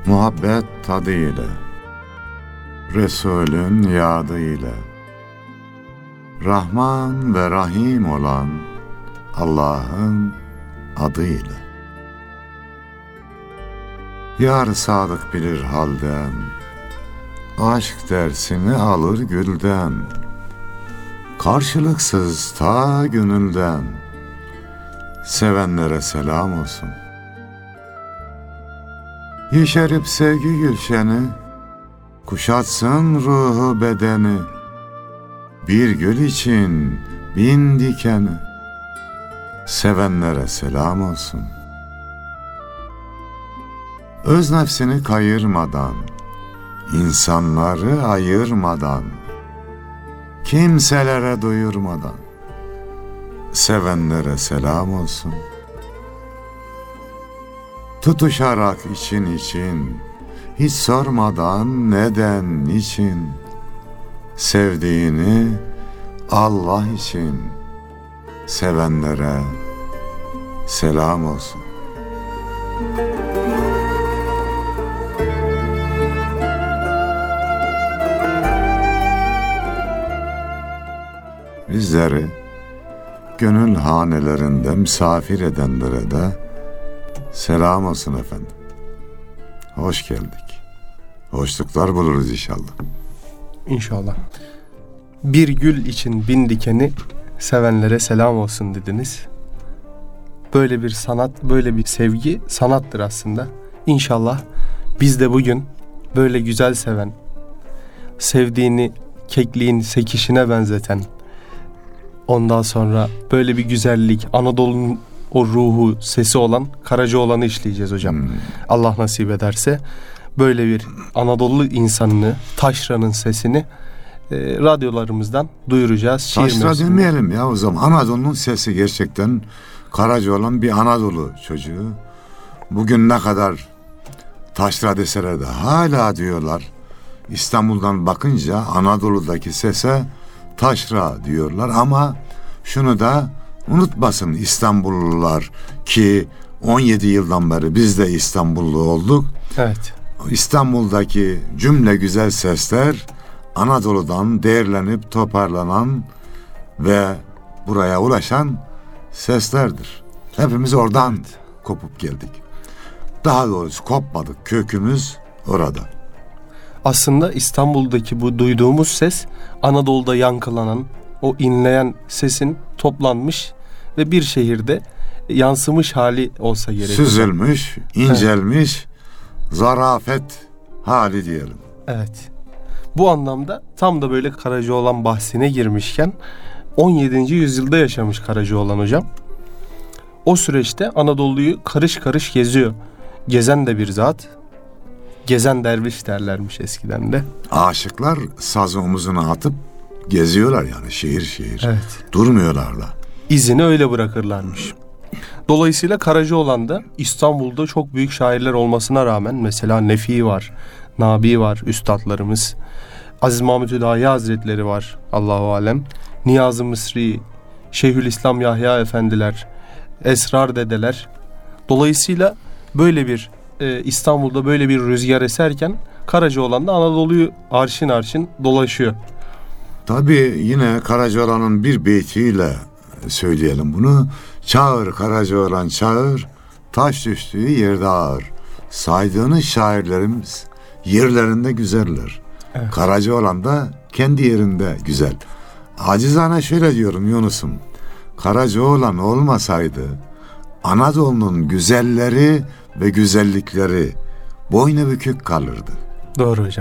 Muhabbet tadı ile, Resulün yadı ile, Rahman ve Rahim olan Allah'ın adıyla. Yar sadık bilir halden, aşk dersini alır gülden, karşılıksız ta gönülden, sevenlere selam olsun. Yeşerip sevgi gülşeni, kuşatsın ruhu bedeni, bir gül için bin dikeni, sevenlere selam olsun. Öz nefsini kayırmadan, insanları ayırmadan, kimselere duyurmadan, sevenlere selam olsun. Tutuşarak için, hiç sormadan neden, niçin, sevdiğini Allah için, sevenlere selam olsun. Bizleri gönül hanelerinde misafir edenlere de selam olsun efendim. Hoş geldik. Hoşluklar buluruz inşallah. İnşallah. Bir gül için bin dikeni, sevenlere selam olsun dediniz. Böyle bir sanat, böyle bir sevgi sanattır aslında. İnşallah biz de bugün böyle güzel seven, sevdiğini kekliğin sekişine benzeten, ondan sonra böyle bir güzellik, Anadolu'nun o ruhu, sesi olan Karacaoğlan'ı işleyeceğiz hocam. Allah nasip ederse böyle bir Anadolu insanını, taşranın sesini radyolarımızdan duyuracağız. Taşra demeyelim ya o zaman. Anadolu'nun sesi gerçekten Karacaoğlan bir Anadolu çocuğu. Bugün ne kadar taşra deseler de hala diyorlar. İstanbul'dan bakınca Anadolu'daki sese taşra diyorlar ama şunu da unutmasın İstanbullular ki 17 yıldan beri biz de İstanbullu olduk. Evet. İstanbul'daki cümle güzel sesler Anadolu'dan değerlenip toparlanan ve buraya ulaşan seslerdir. Hepimiz oradan kopup geldik. Daha doğrusu kopmadık. Kökümüz orada. Aslında İstanbul'daki bu duyduğumuz ses Anadolu'da yankılanan, o inleyen sesin toplanmış ve bir şehirde yansımış hali olsa gerek. Süzülmüş, incelmiş, zarafet hali diyelim. Evet. Bu anlamda tam da böyle Karacaoğlan bahsine girmişken 17. yüzyılda yaşamış Karacaoğlan hocam. O süreçte Anadolu'yu karış karış geziyor. Gezen de bir zat. Gezen derviş derlermiş eskiden de. Aşıklar sazı omuzuna atıp geziyorlar yani şehir şehir. Evet. Durmuyorlar da. İzini öyle bırakırlarmış. Dolayısıyla Karacaoğlan'da İstanbul'da çok büyük şairler olmasına rağmen mesela Nefi var, Nabi var, üstadlarımız. Aziz Mahmud Hüdayi Hazretleri var, Allahu alem. Niyazi Mısri, Şeyhülislam Yahya efendiler, Esrar dedeler. Dolayısıyla böyle bir İstanbul'da böyle bir rüzgar eserken Karacaoğlan'da Anadolu'yu arşın arşın dolaşıyor. Tabii yine Karacaoğlan'ın bir beytiyle söyleyelim bunu. Çağır Karacaoğlan çağır, taş düştüğü yerde ağır. Saydığınız şairlerimiz yerlerinde güzeller. Evet. Karacaoğlan da kendi yerinde güzel. Acizane şöyle diyorum Yunus'um. Karacaoğlan olmasaydı Anadolu'nun güzelleri ve güzellikleri boynu bükük kalırdı. Doğru hocam.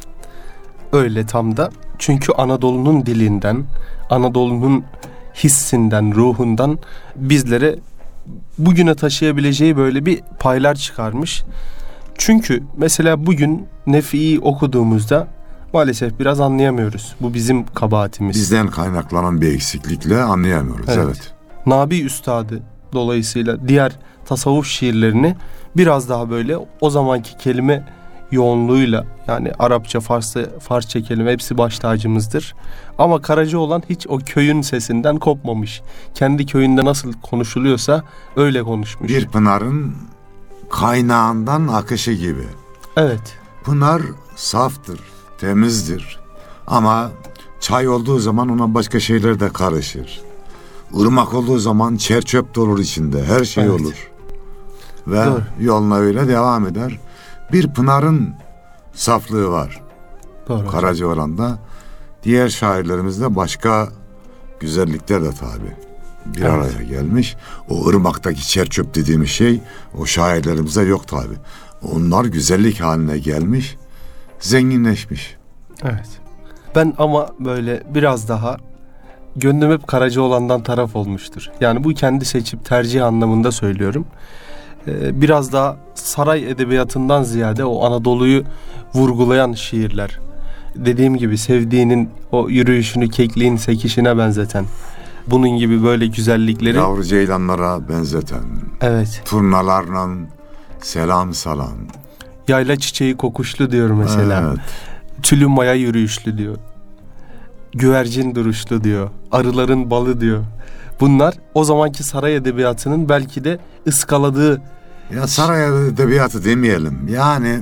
Öyle tam da. Çünkü Anadolu'nun dilinden, Anadolu'nun hissinden, ruhundan bizlere bugüne taşıyabileceği böyle bir paylar çıkarmış. Çünkü mesela bugün Nefi'yi okuduğumuzda maalesef biraz anlayamıyoruz. Bu bizim kabahatimiz. Bizden kaynaklanan bir eksiklikle anlayamıyoruz. Evet. Nabi Üstadı dolayısıyla diğer tasavvuf şiirlerini biraz daha böyle o zamanki kelime yoğunluğuyla, yani Arapça, Farsça kelime hepsi baş tacımızdır. Ama Karacaoğlan hiç o köyün sesinden kopmamış. Kendi köyünde nasıl konuşuluyorsa öyle konuşmuş. Bir pınarın kaynağından akışı gibi. Evet. Pınar saftır, temizdir. Ama çay olduğu zaman ona başka şeyler de karışır. Irmak olduğu zaman çer çöp de olur içinde. Her şey Evet. olur. Ve Doğru. yoluna öyle devam eder. Bir Pınar'ın saflığı var. Doğru. Karacaoğlan'da. Diğer şairlerimizde başka güzellikler de tabii bir Evet. araya gelmiş. O ırmaktaki çer çöp dediğimiz şey o şairlerimizde yok tabii. Onlar güzellik haline gelmiş, zenginleşmiş. Evet. Ben ama böyle biraz daha gönlüm hep Karacaoğlan'dan taraf olmuştur. Yani bu kendi seçip tercih anlamında söylüyorum. Biraz daha saray edebiyatından ziyade o Anadolu'yu vurgulayan şiirler. Dediğim gibi sevdiğinin o yürüyüşünü kekliğin sekişine benzeten. Bunun gibi böyle güzellikleri. Yavru ceylanlara benzeten, Evet. turnalarla selam salan. Yayla çiçeği kokuşlu diyor mesela. Evet. Tülü maya yürüyüşlü diyor. Güvercin duruşlu diyor. Arıların balı diyor. Bunlar o zamanki saray edebiyatının belki de ıskaladığı. Ya saray edebiyatı demeyelim. Yani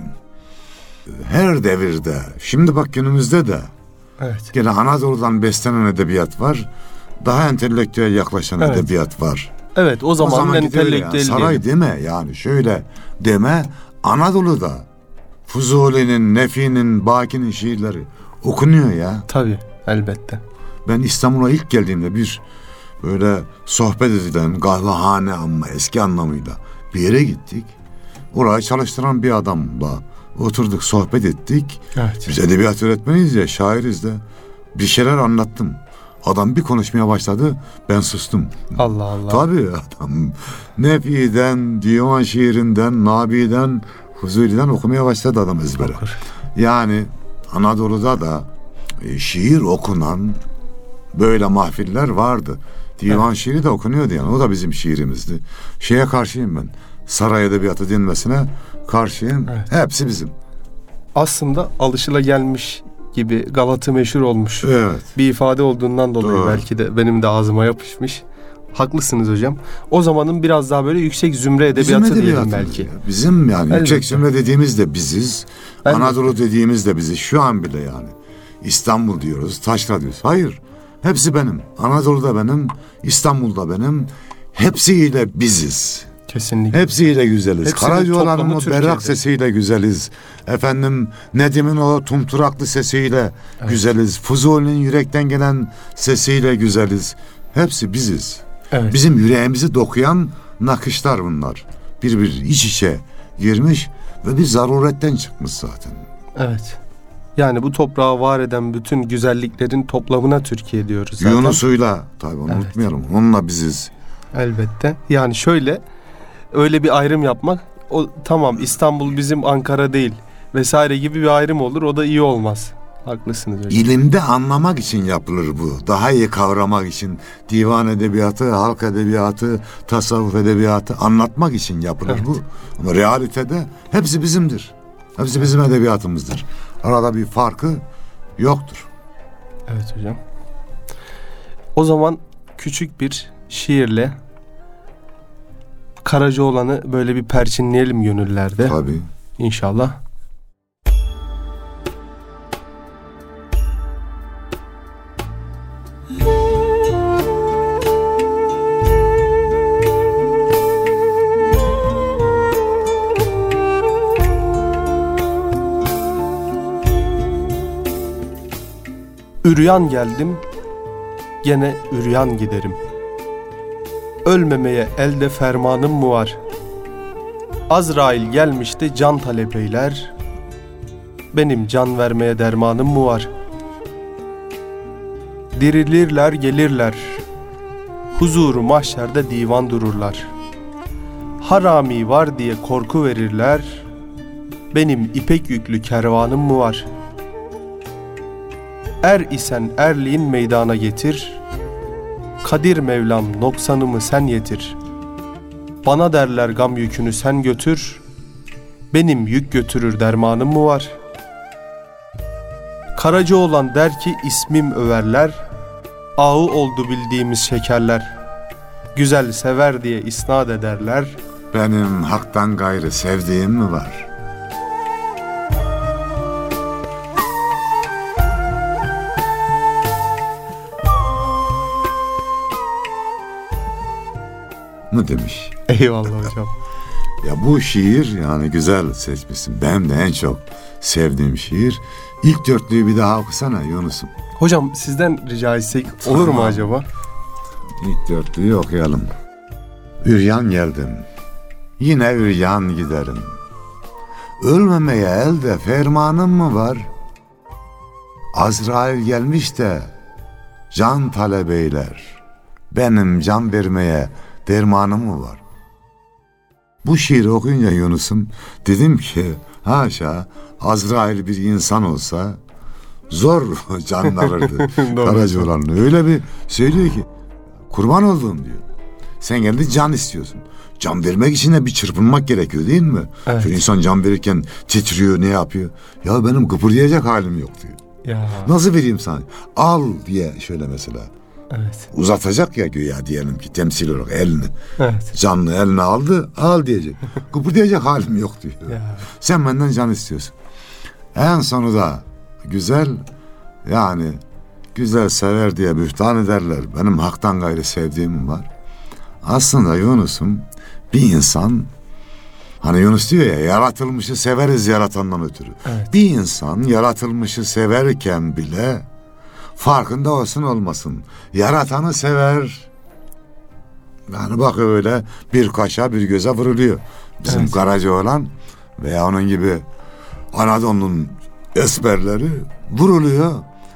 her devirde, şimdi bak günümüzde de Evet. gene Anadolu'dan beslenen edebiyat var. Daha entelektüel yaklaşan Evet. edebiyat var. Evet, o O zamanın zamanki de öyle yani. entelektüeli. Saray deme yani şöyle deme. Anadolu'da Fuzuli'nin, Nefi'nin, Baki'nin şiirleri okunuyor ya. Tabii, elbette. Ben İstanbul'a ilk geldiğimde bir böyle sohbet edilen kahvehane ama eski anlamıyla bir yere gittik. Orayı çalıştıran bir adamla oturduk, sohbet ettik. Evet. Biz edebiyat öğretmeniyiz ya, şairiz de. Bir şeyler anlattım. Adam bir konuşmaya başladı, ben sustum. Allah Allah. Tabii adam Nefi'den, divan şiirinden, Nabi'den, Fuzuli'den okumaya başladı adam ezbere. Okur. Yani Anadolu'da da şiir okunan böyle mahfiller vardı. Divan şiiri de okunuyordu yani. O da bizim şiirimizdi. Şeye karşıyım ben. Saray edebiyatı denmesine karşıyım. Evet. Hepsi bizim. Aslında alışılagelmiş gibi Galatı meşhur olmuş. Evet. Bir ifade olduğundan dolayı Doğru. belki de benim de ağzıma yapışmış. Haklısınız hocam. O zamanın biraz daha böyle yüksek zümre edebiyatı diyelim edebiyatımız belki. ya. Bizim yani Elbette. yüksek zümre dediğimiz de biziz. Elbette. Anadolu dediğimiz de biziz. Şu an bile yani. İstanbul diyoruz, taşra diyoruz. Hayır. Hepsi benim. Anadolu'da benim, İstanbul'da benim. Hepsiyle biziz. Kesinlikle. Hepsiyle güzeliz. Hepsinin Karacaoğlan'ın toplamı o Türkiye'de. berrak sesiyle güzeliz. Efendim Nedim'in o tumturaklı sesiyle Evet. güzeliz. Fuzuli'nin yürekten gelen sesiyle güzeliz. Hepsi biziz. Evet. Bizim yüreğimizi dokuyan nakışlar bunlar. Birbiri iç içe girmiş ve bir zaruretten çıkmış zaten. Evet. Yani bu toprağı var eden bütün güzelliklerin toplamına Türkiye diyoruz zaten. Yunus'uyla tabii onu Evet. unutmayalım. Onunla biziz. Elbette. Yani şöyle öyle bir ayrım yapmak, o tamam İstanbul bizim Ankara değil vesaire gibi bir ayrım olur, o da iyi olmaz. Haklısınız hocam. İlimde anlamak için yapılır bu. Daha iyi kavramak için divan edebiyatı, halk edebiyatı, tasavvuf edebiyatı anlatmak için yapılır Evet. bu. Ama realitede hepsi bizimdir. Hepsi bizim edebiyatımızdır. Arada bir farkı yoktur. Evet hocam. O zaman küçük bir şiirle Karacaoğlan'ı böyle bir perçinleyelim gönüllerde. Tabii. İnşallah. Üryan geldim, gene üryan giderim. Ölmemeye elde fermanım mı var? Azrail gelmişti can talep eyler. Benim can vermeye dermanım mı var? Dirilirler gelirler. Huzuru mahşerde divan dururlar. Harami var diye korku verirler. Benim ipek yüklü kervanım mı var? Er isen erliğin meydana getir. Kadir Mevlam noksanımı sen yetir. Bana derler gam yükünü sen götür. Benim yük götürür dermanım mı var? Karacaoğlan der ki ismim överler. Ağı oldu bildiğimiz şekerler. Güzel sever diye isnat ederler. Benim haktan gayrı sevdiğim mi var? mı demiş. Eyvallah hocam. Ya bu şiir yani güzel seçmişsin. Benim de en çok sevdiğim şiir. İlk dörtlüğü bir daha okusana Yunus'um. Hocam sizden rica etsek olur mu acaba? İlk dörtlüğü okuyalım. Üryan geldim, yine üryan giderim. Ölmemeye elde fermanım mı var? Azrail gelmiş de can talebeyler. Benim can vermeye dermanım mı var? Bu şiiri okuyunca Yunus'um dedim ki haşa Azrail bir insan olsa zor can alırdı. Karacaoğlan öyle bir söylüyor ki kurban olduğum diyor. Sen kendi can istiyorsun. Can vermek için de bir çırpınmak gerekiyor değil mi? Evet. Çünkü insan can verirken titriyor, ne yapıyor? Ya benim kıpırdayacak halim yok diyor. Ya. Nasıl vereyim sana? Al diye şöyle mesela. Evet. Uzatacak ya güya diyelim ki temsil olarak elini. Evet. Canlı eline aldı, al diyecek. Kıpırdayacak halim yok diyor. Ya. Sen benden can istiyorsun. En sonu da güzel, yani güzel sever diye bühtan ederler. Benim haktan gayrı sevdiğim var. Aslında Yunus'um bir insan, hani Yunus diyor ya, yaratılmışı severiz yaratandan ötürü. Evet. Bir insan yaratılmışı severken bile farkında olsun olmasın yaratanı sever. Yani bak öyle bir kaşa bir göze vuruluyor. Bizim Evet. Karacaoğlan veya onun gibi Anadolu'nun esmerleri vuruluyor.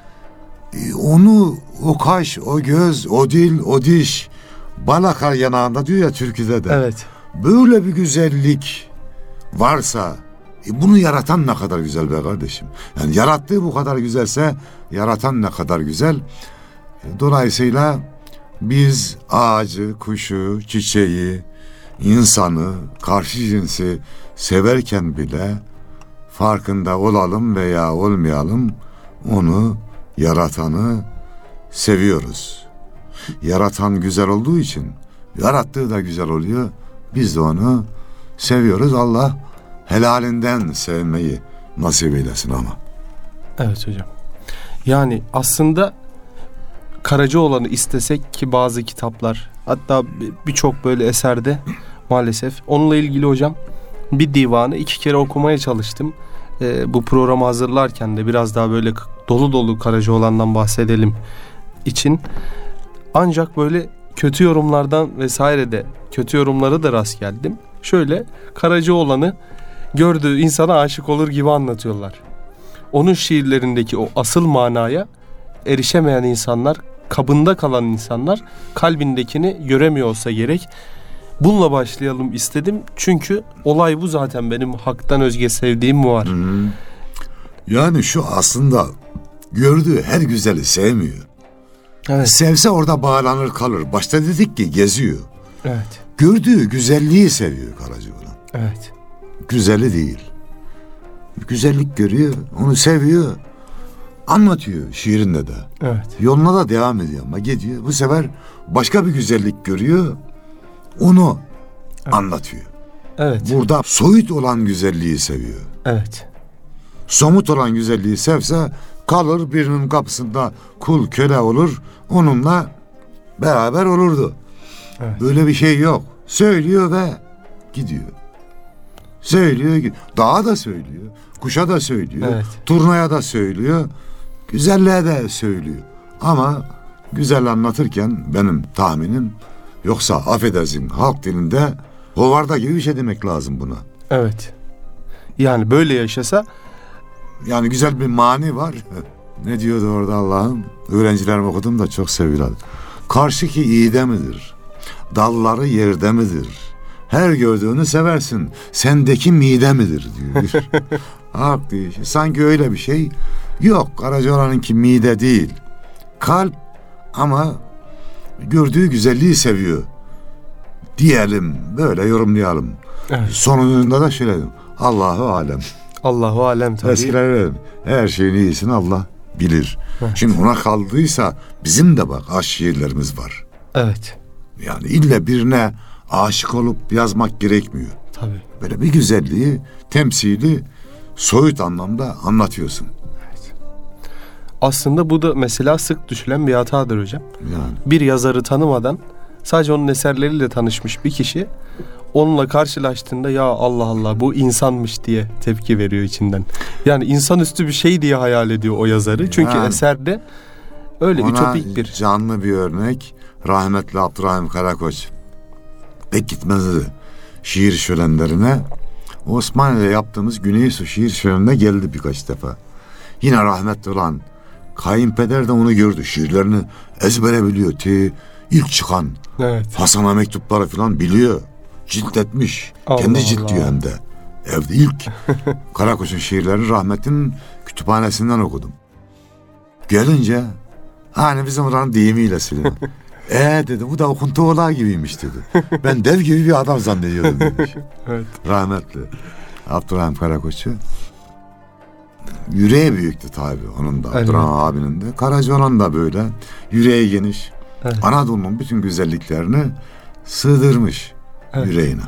Onu o kaş, o göz, o dil, o diş bal akar yanağında diyor ya türküde de. Evet. Böyle bir güzellik varsa bunu yaratan ne kadar güzel be kardeşim. Yani yarattığı bu kadar güzelse yaratan ne kadar güzel. Dolayısıyla biz ağacı, kuşu, çiçeği, insanı, karşı cinsi severken bile farkında olalım veya olmayalım, onu, yaratanı seviyoruz. Yaratan güzel olduğu için yarattığı da güzel oluyor. Biz de onu seviyoruz. Allah helalinden sevmeyi nasip eylesin ama. Evet hocam. Yani aslında Karacaoğlan'ı istesek ki bazı kitaplar, hatta birçok böyle eserde maalesef onunla ilgili hocam bir divanı 2 kere okumaya çalıştım. Bu programı hazırlarken de biraz daha böyle dolu dolu Karacaoğlan'dan bahsedelim için. Ancak böyle kötü yorumlardan vesaire de, kötü yorumlara da rast geldim. Şöyle Karacaoğlan'ı gördüğü insana aşık olur gibi anlatıyorlar. Onun şiirlerindeki o asıl manaya erişemeyen insanlar, kabında kalan insanlar kalbindekini göremiyor olsa gerek. Bununla başlayalım istedim. Çünkü olay bu zaten, benim haktan özge sevdiğim bu var. Yani şu aslında gördüğü her güzeli sevmiyor. Evet. Sevse orada bağlanır kalır. Başta dedik ki geziyor. Evet. Gördüğü güzelliği seviyor Karacaoğlan. Evet. Güzeli değil. Güzellik görüyor, onu seviyor. Anlatıyor şiirinde de. Evet. Yoluna da devam ediyor ama gidiyor. Bu sefer başka bir güzellik görüyor. Onu anlatıyor. Evet. Burada soyut olan güzelliği seviyor. Evet. Somut olan güzelliği sevse kalır birinin kapısında kul köle olur. Onunla beraber olurdu. Evet. Böyle bir şey yok. Söylüyor ve gidiyor. Söylüyor. Dağa da söylüyor. Kuşa da söylüyor. Evet. Turnaya da söylüyor. Güzelliğe de söylüyor. Ama güzel anlatırken benim tahminim, yoksa affedersin halk dilinde hovarda gibi bir şey demek lazım buna. Evet. Yani böyle yaşasa. Yani güzel bir mani var. Ne diyordu orada Allah'ım? Öğrencilerim okudum da çok seviyorlar. Karşıki iyide midir? Dalları yerde midir? Her gördüğünü seversin. Sendeki mide midir diyor. Halk diyor. Sanki öyle bir şey yok. Karacaoğlan'ınki mide değil. Kalp, ama gördüğü güzelliği seviyor diyelim. Böyle yorumlayalım. Evet. Sonunda da şöyle dedim. Allahu alem. Allahu alem tabii. Eskiler öyle. Her şeyin iyisini Allah bilir. Evet. Şimdi ona kaldıysa bizim de bak aşk şiirlerimiz var. Evet. Yani illa birine aşık olup yazmak gerekmiyor. Tabii. Böyle bir güzelliği temsili soyut anlamda anlatıyorsun. Aslında bu da mesela sık düşülen bir hatadır hocam. Yani. Bir yazarı tanımadan sadece onun eserleriyle tanışmış bir kişi onunla karşılaştığında ya Allah Allah bu insanmış diye tepki veriyor içinden. Yani insanüstü bir şey diye hayal ediyor o yazarı. Çünkü yani, eserde öyle ütopik bir. Canlı bir örnek rahmetli Abdurrahim Karakoç. Pek gitmezdi şiir şölenlerine. Osmanlı'da yaptığımız Güneysu şiir şölenine geldi birkaç defa. Yine rahmetli olan kayınpeder de onu gördü. Şiirlerini ezbere biliyor. İlk çıkan Hasan'a mektupları falan biliyor. Ciltletmiş. Kendi ciltliyor hem de. Evde ilk Karakoç'un şiirlerini rahmetin kütüphanesinden okudum. Gelince hani bizim oranın deyimiyle Süleyman. Dedi bu da okuntu olağı gibiymiş dedi. Ben dev gibi bir adam zannediyordum demiş. Evet. Rahmetli Abdurrahim Karakoç'u. Yüreği büyüktü tabii onun da. Abdurrahim abinin de. Karacaoğlan da böyle. Yüreği geniş. Evet. Anadolu'nun bütün güzelliklerini sığdırmış yüreğine.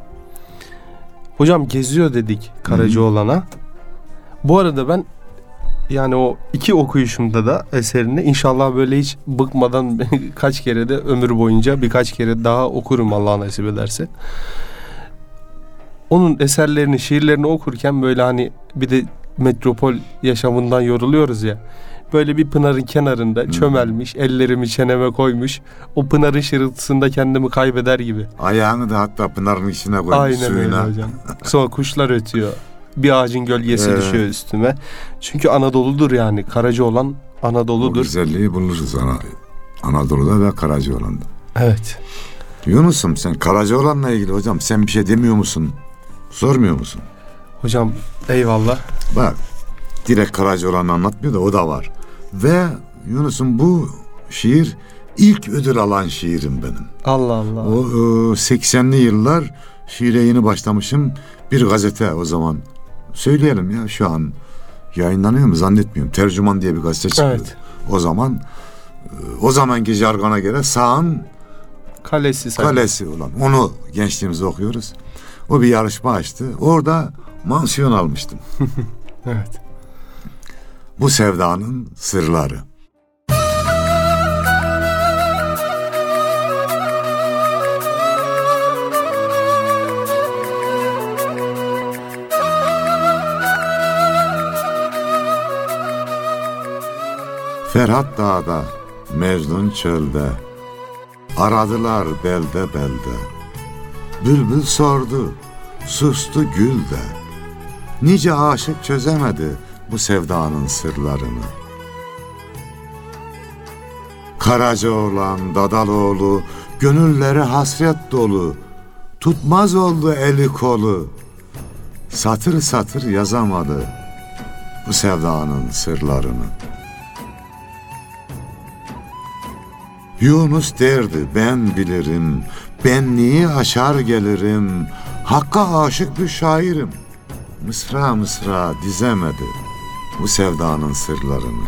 Hocam geziyor dedik Karacaoğlan'a. Bu arada ben yani o 2 okuyuşumda da eserini inşallah böyle hiç bıkmadan kaç kere de ömür boyunca birkaç kere daha okurum Allah nasip ederse. Onun eserlerini, şiirlerini okurken böyle hani bir de metropol yaşamından yoruluyoruz ya. Böyle bir pınarın kenarında çömelmiş, ellerimi çeneme koymuş. O pınarın şırıltısında kendimi kaybeder gibi. Ayağını da hatta pınarın içine koymuş. Aynen suyuna. Öyle hocam. Sonra kuşlar ötüyor. Bir ağacın gölgesi düşüyor üstüme. Çünkü Anadolu'dur yani. Karacaoğlan Anadolu'dur. O güzelliği buluruz Anadolu'da ve Karacaoğlan'da. Evet. Yunus'um sen Karacaoğlan'la ilgili hocam sen bir şey demiyor musun? Sormuyor musun? Hocam eyvallah. Bak direkt Karacaoğlan'ı anlatmıyor da o da var. Ve Yunus'um bu şiir ilk ödül alan şiirim benim. Allah Allah. O 80'li yıllar şiire yeni başlamışım. Bir gazete o zaman. Söyleyelim ya şu an yayınlanıyor mu zannetmiyorum. Tercüman diye bir gazete çıktı. Evet. O zamanki jargona göre sağın kalesi olan. Onu gençliğimizde okuyoruz. O bir yarışma açtı. Orada mansiyon almıştım. Evet. Bu sevdanın sırları. Ferhat dağda, Mecnun çölde, aradılar belde belde. Bülbül sordu, sustu gül de. Nice aşık çözemedi bu sevdanın sırlarını. Karacaoğlan, Dadaloğlu, gönülleri hasret dolu. Tutmaz oldu eli kolu. Satır satır yazamadı bu sevdanın sırlarını. Yunus derdi ben bilirim, benliği aşar gelirim, Hakk'a aşık bir şairim. Mısra mısra dizemedi bu sevdanın sırlarını.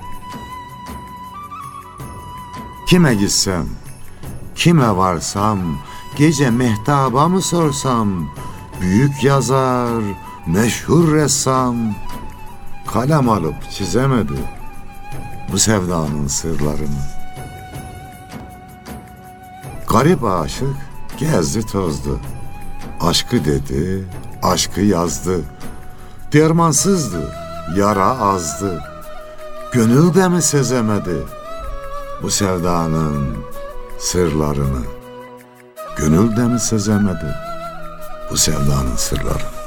Kime gitsem, kime varsam, gece mehtaba mı sorsam, büyük yazar, meşhur ressam, kalem alıp çizemedi bu sevdanın sırlarını. Garip aşık gezdi tozdu, aşkı dedi, aşkı yazdı. Dermansızdı, yara azdı, gönül de mi sezemedi bu sevdanın sırlarını? Gönül de mi sezemedi bu sevdanın sırlarını?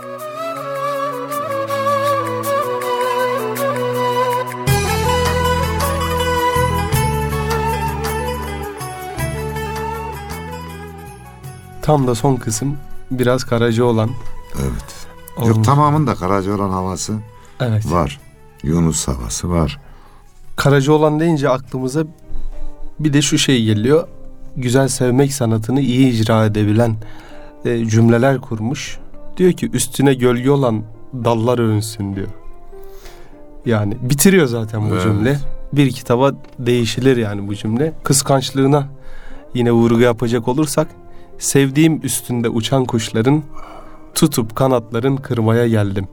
Tam da son kısım biraz Karacaoğlan. Evet. Yok tamamında Karacaoğlan havası var. Yunus havası var. Karacaoğlan deyince aklımıza bir de şu şey geliyor. Güzel sevmek sanatını iyi icra edebilen cümleler kurmuş. Diyor ki üstüne gölge olan dallar övünsün diyor. Yani bitiriyor zaten bu cümle. Bir kitaba değişilir yani bu cümle. Kıskançlığına yine vurgu yapacak olursak, sevdiğim üstünde uçan kuşların tutup kanatların kırmaya geldim.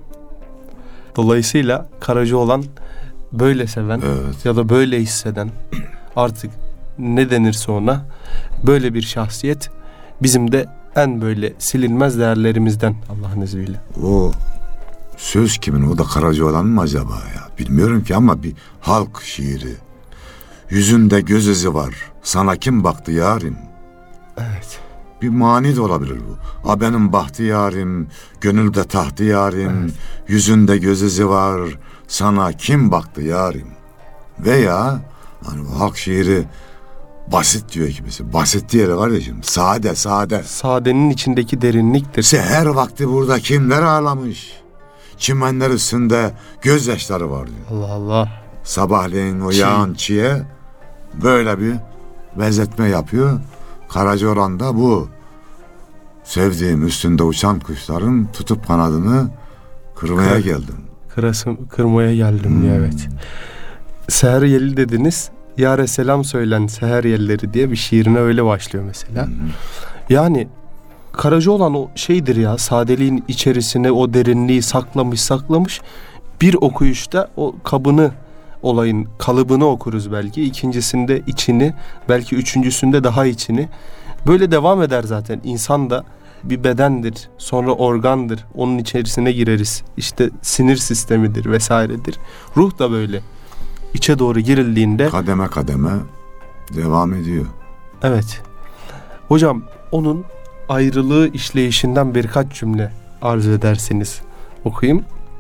Dolayısıyla Karacaoğlan böyle seven ya da böyle hisseden, artık ne denirse ona, böyle bir şahsiyet bizim de en böyle silinmez değerlerimizden Allah'ın izniyle. O söz kimin? O da Karacaoğlan mı acaba ya? Bilmiyorum ki ama bir halk şiiri. Yüzünde göz izi var. Sana kim baktı yarim? Evet. Bir mani de olabilir bu. A benim bahtiyarim, gönülde tahtı yarim, evet. Yüzünde göz izi var. Sana kim baktı yarim? Veya hani bu halk şiiri basit diyor kimisi. Basit diye kardeşim. Sade. Sadenin içindeki derinliktir. Seher vakti burada kimler ağlamış? Çimenler üstünde gözyaşları var diyor. Allah Allah. Sabahleyin o yağan çiğe böyle bir benzetme yapıyor. Karacaoğlan bu. Sevdiğim üstünde uçan kuşların tutup kanadını kırmaya geldim. Kırmaya geldim diye, evet. Seher yeli dediniz. Yâre selam söylen seher yelleri diye bir şiirine öyle başlıyor mesela. Yani Karacaoğlan o şeydir ya, sadeliğin içerisine o derinliği saklamış. Bir okuyuşta o olayın kalıbını okuruz belki. İkincisinde içini, belki üçüncüsünde daha içini. Böyle devam eder zaten. İnsan da bir bedendir, sonra organdır. Onun içerisine gireriz. İşte sinir sistemidir vesairedir. Ruh da böyle. İçe doğru girildiğinde kademe devam ediyor. Evet. Hocam onun ayrılığı işleyişinden birkaç cümle arzu ederseniz okuyayım.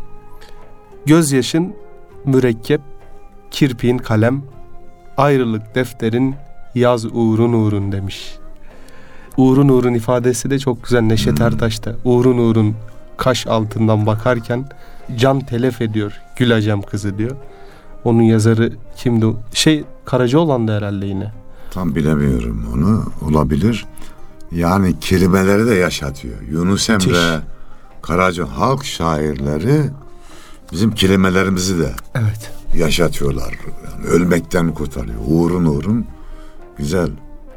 Gözyaşın mürekkep, kirpiğin kalem, ayrılık defterin, yaz uğrun demiş. Uğrun ifadesi de çok güzel Neşet Ertaş'ta. Uğrun kaş altından bakarken can telef ediyor Gülacem kızı diyor. Onun yazarı kimdi? Karacaoğlan da herhalde yine. Tam bilemiyorum onu. Olabilir. Yani kelimeleri de yaşatıyor. Yunus Emre, Karacaoğlan halk şairleri bizim kelimelerimizi de yaşatıyorlar. Yani ölmekten kurtarıyor. Uğrun güzel.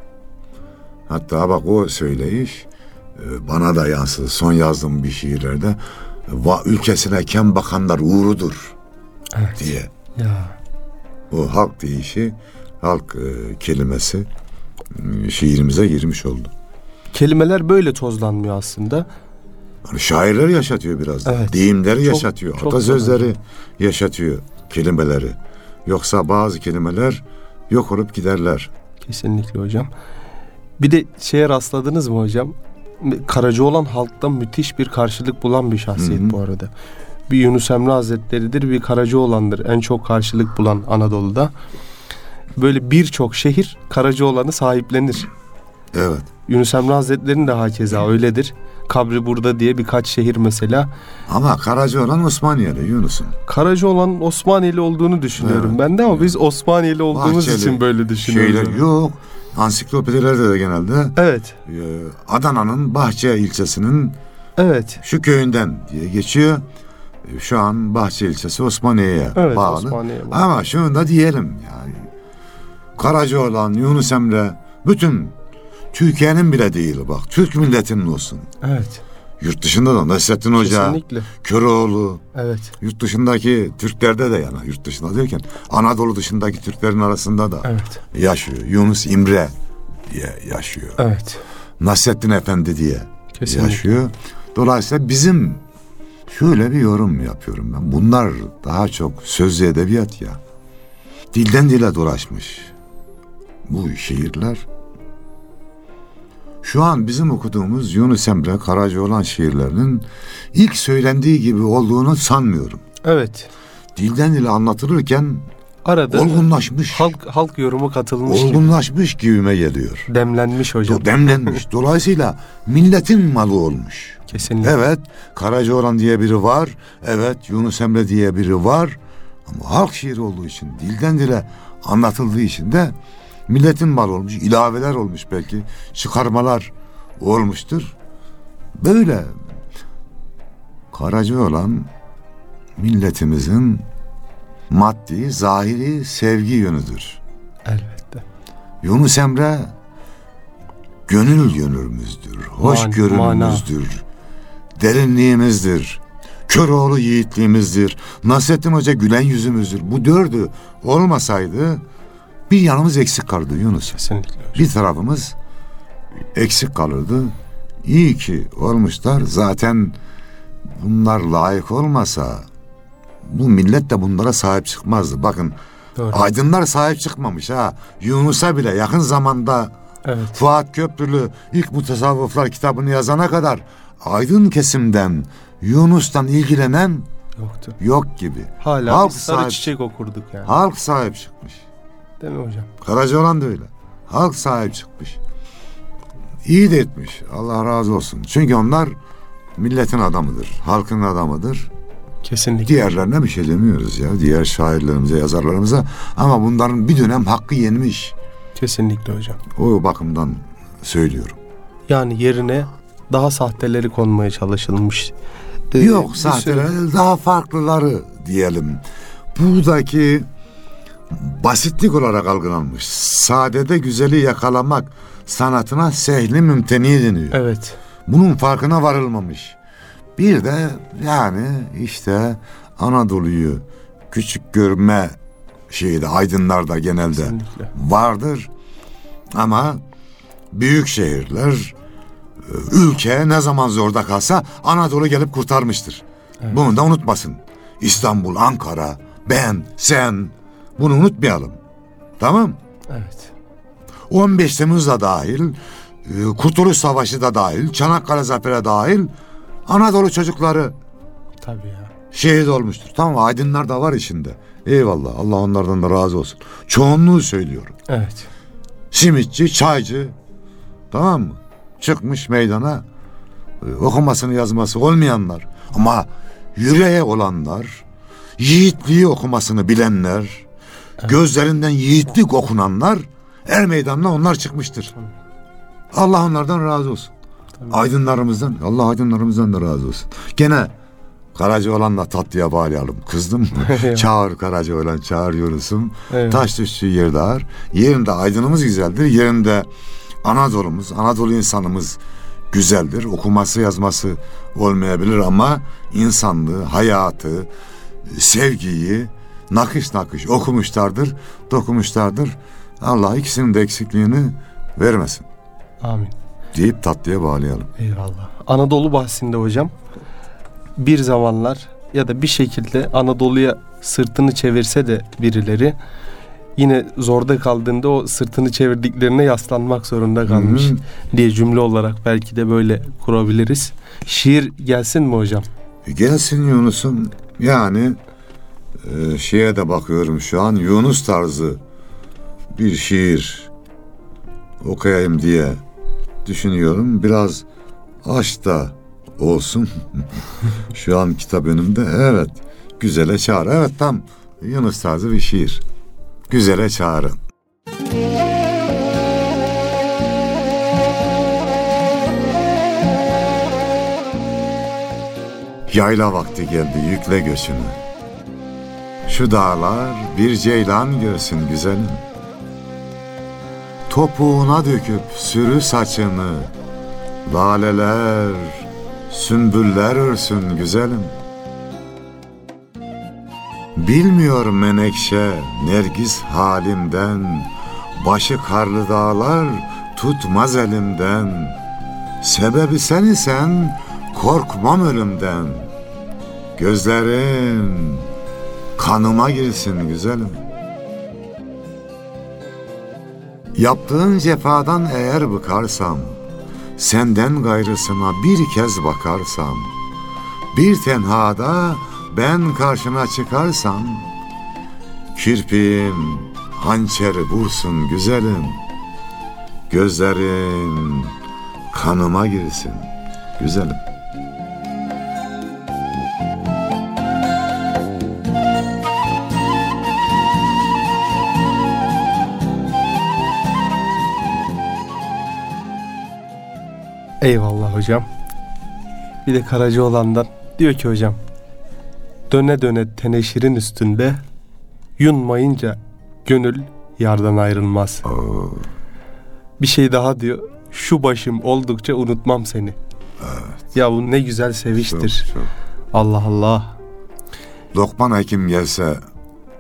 Hatta bak o söyleyiş bana da yansıdı. Son yazdığım bir şiirlerde ülkesine kem bakanlar uğrudur diye. Ya. O halk deyişi, halk kelimesi şiirimize girmiş oldu. Kelimeler böyle tozlanmıyor aslında. Hani şairler yaşatıyor biraz da. Evet. Deyimleri yaşatıyor. Atasözleri yaşatıyor kelimeleri. Yoksa bazı kelimeler yok olup giderler. Kesinlikle hocam. Bir de rastladınız mı hocam? Karacaoğlan halkta müthiş bir karşılık bulan bir şahsiyet bu arada. Bir Yunus Emre Hazretleri'dir, bir Karacaoğlan'dır. En çok karşılık bulan Anadolu'da. Böyle birçok şehir Karacaoğlan'ı sahiplenir. Evet. Yunus Emre Hazretleri'nin de hakeza öyledir. Kabri burada diye birkaç şehir mesela. Ama Karacaoğlan Osmaniyeli Yunus'un. Karacaoğlan'ın Osmaniyeli olduğunu düşünüyorum ben de ama biz Osmaniyeli olduğumuz için böyle düşünüyoruz. Yok. Ansiklopedilerde de genelde. Evet. Adana'nın Bahçe ilçesinin şu köyünden diye geçiyor. Şu an Bahçe ilçesi Osmaniye'ye bağlı. Osmaniye'ye bağlı. Ama şunu da diyelim yani. Karacaoğlan, Yunus Emre bütün Türkiye'nin bile değil bak. Türk milletinin olsun. Evet. Yurt dışında da Nasrettin Hoca, kesinlikle. Köroğlu. Evet. Yurt dışındaki Türklerde de yani yurt dışında derken Anadolu dışındaki Türklerin arasında da yaşıyor. Yunus Emre diye yaşıyor. Evet. Nasrettin Efendi diye yaşıyor. Dolayısıyla bizim şöyle bir yorum yapıyorum ben. Bunlar daha çok sözlü edebiyat ya. Dilden dile dolaşmış bu şiirler. Şu an bizim okuduğumuz Yunus Emre, Karacaoğlan şiirlerinin ilk söylendiği gibi olduğunu sanmıyorum. Evet. Dilden dile anlatılırken arada olgunlaşmış. Halk yorumu katılmış olgunlaşmış gibime geliyor. Demlenmiş hocam. Demlenmiş. Dolayısıyla milletin malı olmuş. Kesinlikle. Evet, Karacaoğlan diye biri var. Evet, Yunus Emre diye biri var. Ama halk şiiri olduğu için, dilden dile anlatıldığı için de milletin malı olmuş. İlaveler olmuş belki. Çıkarmalar olmuştur. Böyle Karacaoğlan milletimizin maddi, zahiri sevgi yönüdür. Elbette. Yunus Emre gönül yönümüzdür, hoşgörümüzdür, derinliğimizdir, Köroğlu yiğitliğimizdir, Nasrettin Hoca gülen yüzümüzdür. Bu dördü olmasaydı Bir yanımız eksik kalırdı Yunus. Kesinlikle hocam. Bir tarafımız eksik kalırdı. İyi ki olmuşlar. Zaten bunlar layık olmasa bu millet de bunlara sahip çıkmazdı. Bakın, Doğru. aydınlar sahip çıkmamış ha. Yunus'a bile yakın zamanda, Evet. Fuat Köprülü ilk Mutasavvıflar kitabını yazana kadar aydın kesimden, Yunus'tan ilgilenen Yoktu. yok gibi. Hala Halk biz sarı sahip- çiçek okurduk yani. Halk sahip çıkmış. Değil mi hocam? Karacaoğlan da öyle. Halk sahip çıkmış. İyi de etmiş. Allah razı olsun. Çünkü onlar milletin adamıdır. Halkın adamıdır. Kesinlikle. Diğerlerine bir şey demiyoruz ya. Diğer şairlerimize, yazarlarımıza. Ama bunların bir dönem hakkı yenmiş. Kesinlikle hocam. O bakımdan söylüyorum. Yani yerine daha sahteleri konmaya çalışılmış. Yok, Bir sahteler sürü- daha farklıları diyelim. Buradaki basitlik olarak algılanmış. Sadede güzeli yakalamak sanatına sehli mümteni deniyor. Evet. Bunun farkına varılmamış. Bir de yani işte Anadolu'yu küçük görme şeyi de aydınlarda genelde Kesinlikle. vardır. Ama büyük şehirler, ülke ne zaman zorda kalsa Anadolu gelip kurtarmıştır. Evet. Bunu da unutmasın. İstanbul, Ankara, ben, sen, bunu unutmayalım. Tamam? Evet. 15 Temmuz da dahil, Kurtuluş Savaşı da dahil, Çanakkale Zaferi dahil Anadolu çocukları Tabii ya. şehit olmuştur. Tamam, aydınlar da var içinde. Eyvallah, Allah onlardan da razı olsun. Çoğunluğu söylüyorum. Evet. Simitçi, çaycı, tamam mı? Çıkmış meydana, okumasını yazması olmayanlar. Ama yüreğe olanlar, yiğitliği okumasını bilenler, gözlerinden yiğitlik okunanlar, er meydanına onlar çıkmıştır. Allah onlardan razı olsun. Tabii. Aydınlarımızdan, Allah aydınlarımızdan da razı olsun. Gene Karacaoğlan'la tatlıya bağlayalım. Kızdım mı? Çağır Karacaoğlan, çağır Yunus'um. Evet. Taş düştüğü yerde ağır. Yerinde aydınımız güzeldir. Yerinde Anadolu'muz, Anadolu insanımız güzeldir. Okuması yazması olmayabilir ama insanlığı, hayatı, sevgiyi nakış nakış okumuşlardır, dokumuşlardır. Allah ikisinin de eksikliğini vermesin Amin. deyip tatlıya bağlayalım. Eyvallah. Anadolu bahsinde hocam bir zamanlar ya da bir şekilde Anadolu'ya sırtını çevirse de birileri yine zorda kaldığında o sırtını çevirdiklerine yaslanmak zorunda kalmış diye cümle olarak belki de böyle kurabiliriz. Şiir gelsin mi hocam? Gelsin Yunus'um. Yani şeye de bakıyorum şu an, Yunus tarzı bir şiir okuyayım diye düşünüyorum. Biraz aşk da olsun. Şu an kitap önümde. Evet. Güzele çağrı. Evet, tam Yunus tarzı bir şiir. Güzele çağrı. Yayla vakti geldi, yükle göçünü. Şu dağlar bir ceylan görsün güzelim. Topuğuna döküp sürü saçını, laleler, sümbüller örsün güzelim. Bilmiyor menekşe nergis halimden, başı karlı dağlar tutmaz elimden. Sebebi sen isen korkmam ölümden. Gözlerin kanıma girsin güzelim. Yaptığın cefadan eğer bıkarsam, senden gayrısına bir kez bakarsam, bir tenhada ben karşına çıkarsam, kirpiğin hançeri vursun güzelim. Gözlerin kanıma girsin güzelim. Eyvallah hocam. Bir de Karacaoğlan'dan diyor ki hocam, döne döne teneşirin üstünde, yunmayınca gönül yardan ayrılmaz. Bir şey daha diyor, şu başım oldukça unutmam seni. Evet. Ya bu ne güzel seviştir. Çok. Allah Allah. Lokman Hekim gelse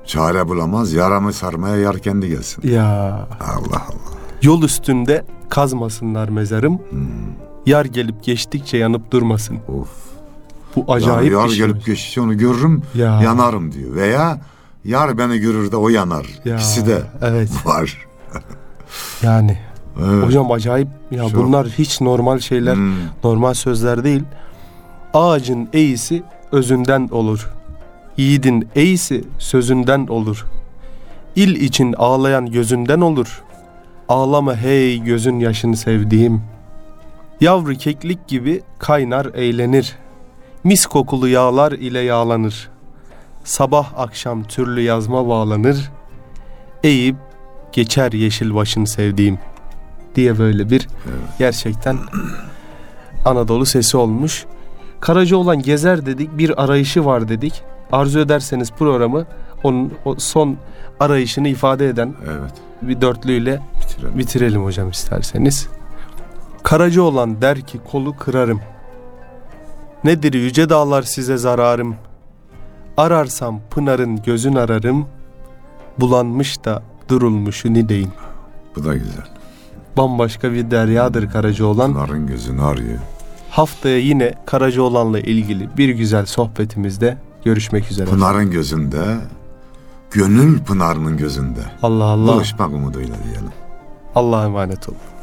Çare bulamaz, yaramı sarmaya yar kendi gelsin. Ya Allah Allah. yol üstünde kazmasınlar mezarım. Yar gelip geçtikçe yanıp durmasın. Of. Bu acayip yar bir şey. gelip geçtikçe onu görürüm, Ya. yanarım diyor. Veya yar beni görür de o yanar. Ya, İkisi de evet. var. Yani Evet. hocam acayip ya, Çok. bunlar hiç normal şeyler, normal sözler değil. Ağacın eğisi özünden olur. Yiğidin eğisi sözünden olur. İl için ağlayan gözünden olur. Ağlama hey gözün yaşını sevdiğim. Yavru keklik gibi kaynar eğlenir. Mis kokulu yağlar ile yağlanır. Sabah akşam türlü yazma bağlanır. Eğip geçer yeşil başını sevdiğim diye böyle bir gerçekten Anadolu sesi olmuş. Karacaoğlan gezer dedik, bir arayışı var dedik. Arzu ederseniz programı onun o son arayışını ifade eden Evet. bir dörtlüyle bitirelim hocam isterseniz. Karacaoğlan der ki kolu kırarım. Nedir yüce dağlar size zararım. Ararsam pınarın gözün ararım. Bulanmış da durulmuşu ni deyin. Bu da güzel. Bambaşka bir deryadır Karacaoğlan. Pınar'ın gözünü arıyor. Haftaya yine Karacaoğlan'la ilgili bir güzel sohbetimizde görüşmek üzere. Pınar'ın gözünde, gönül Pınar'ın gözünde. Allah Allah. Buluşmak umuduyla diyelim. Allah'a emanet olun.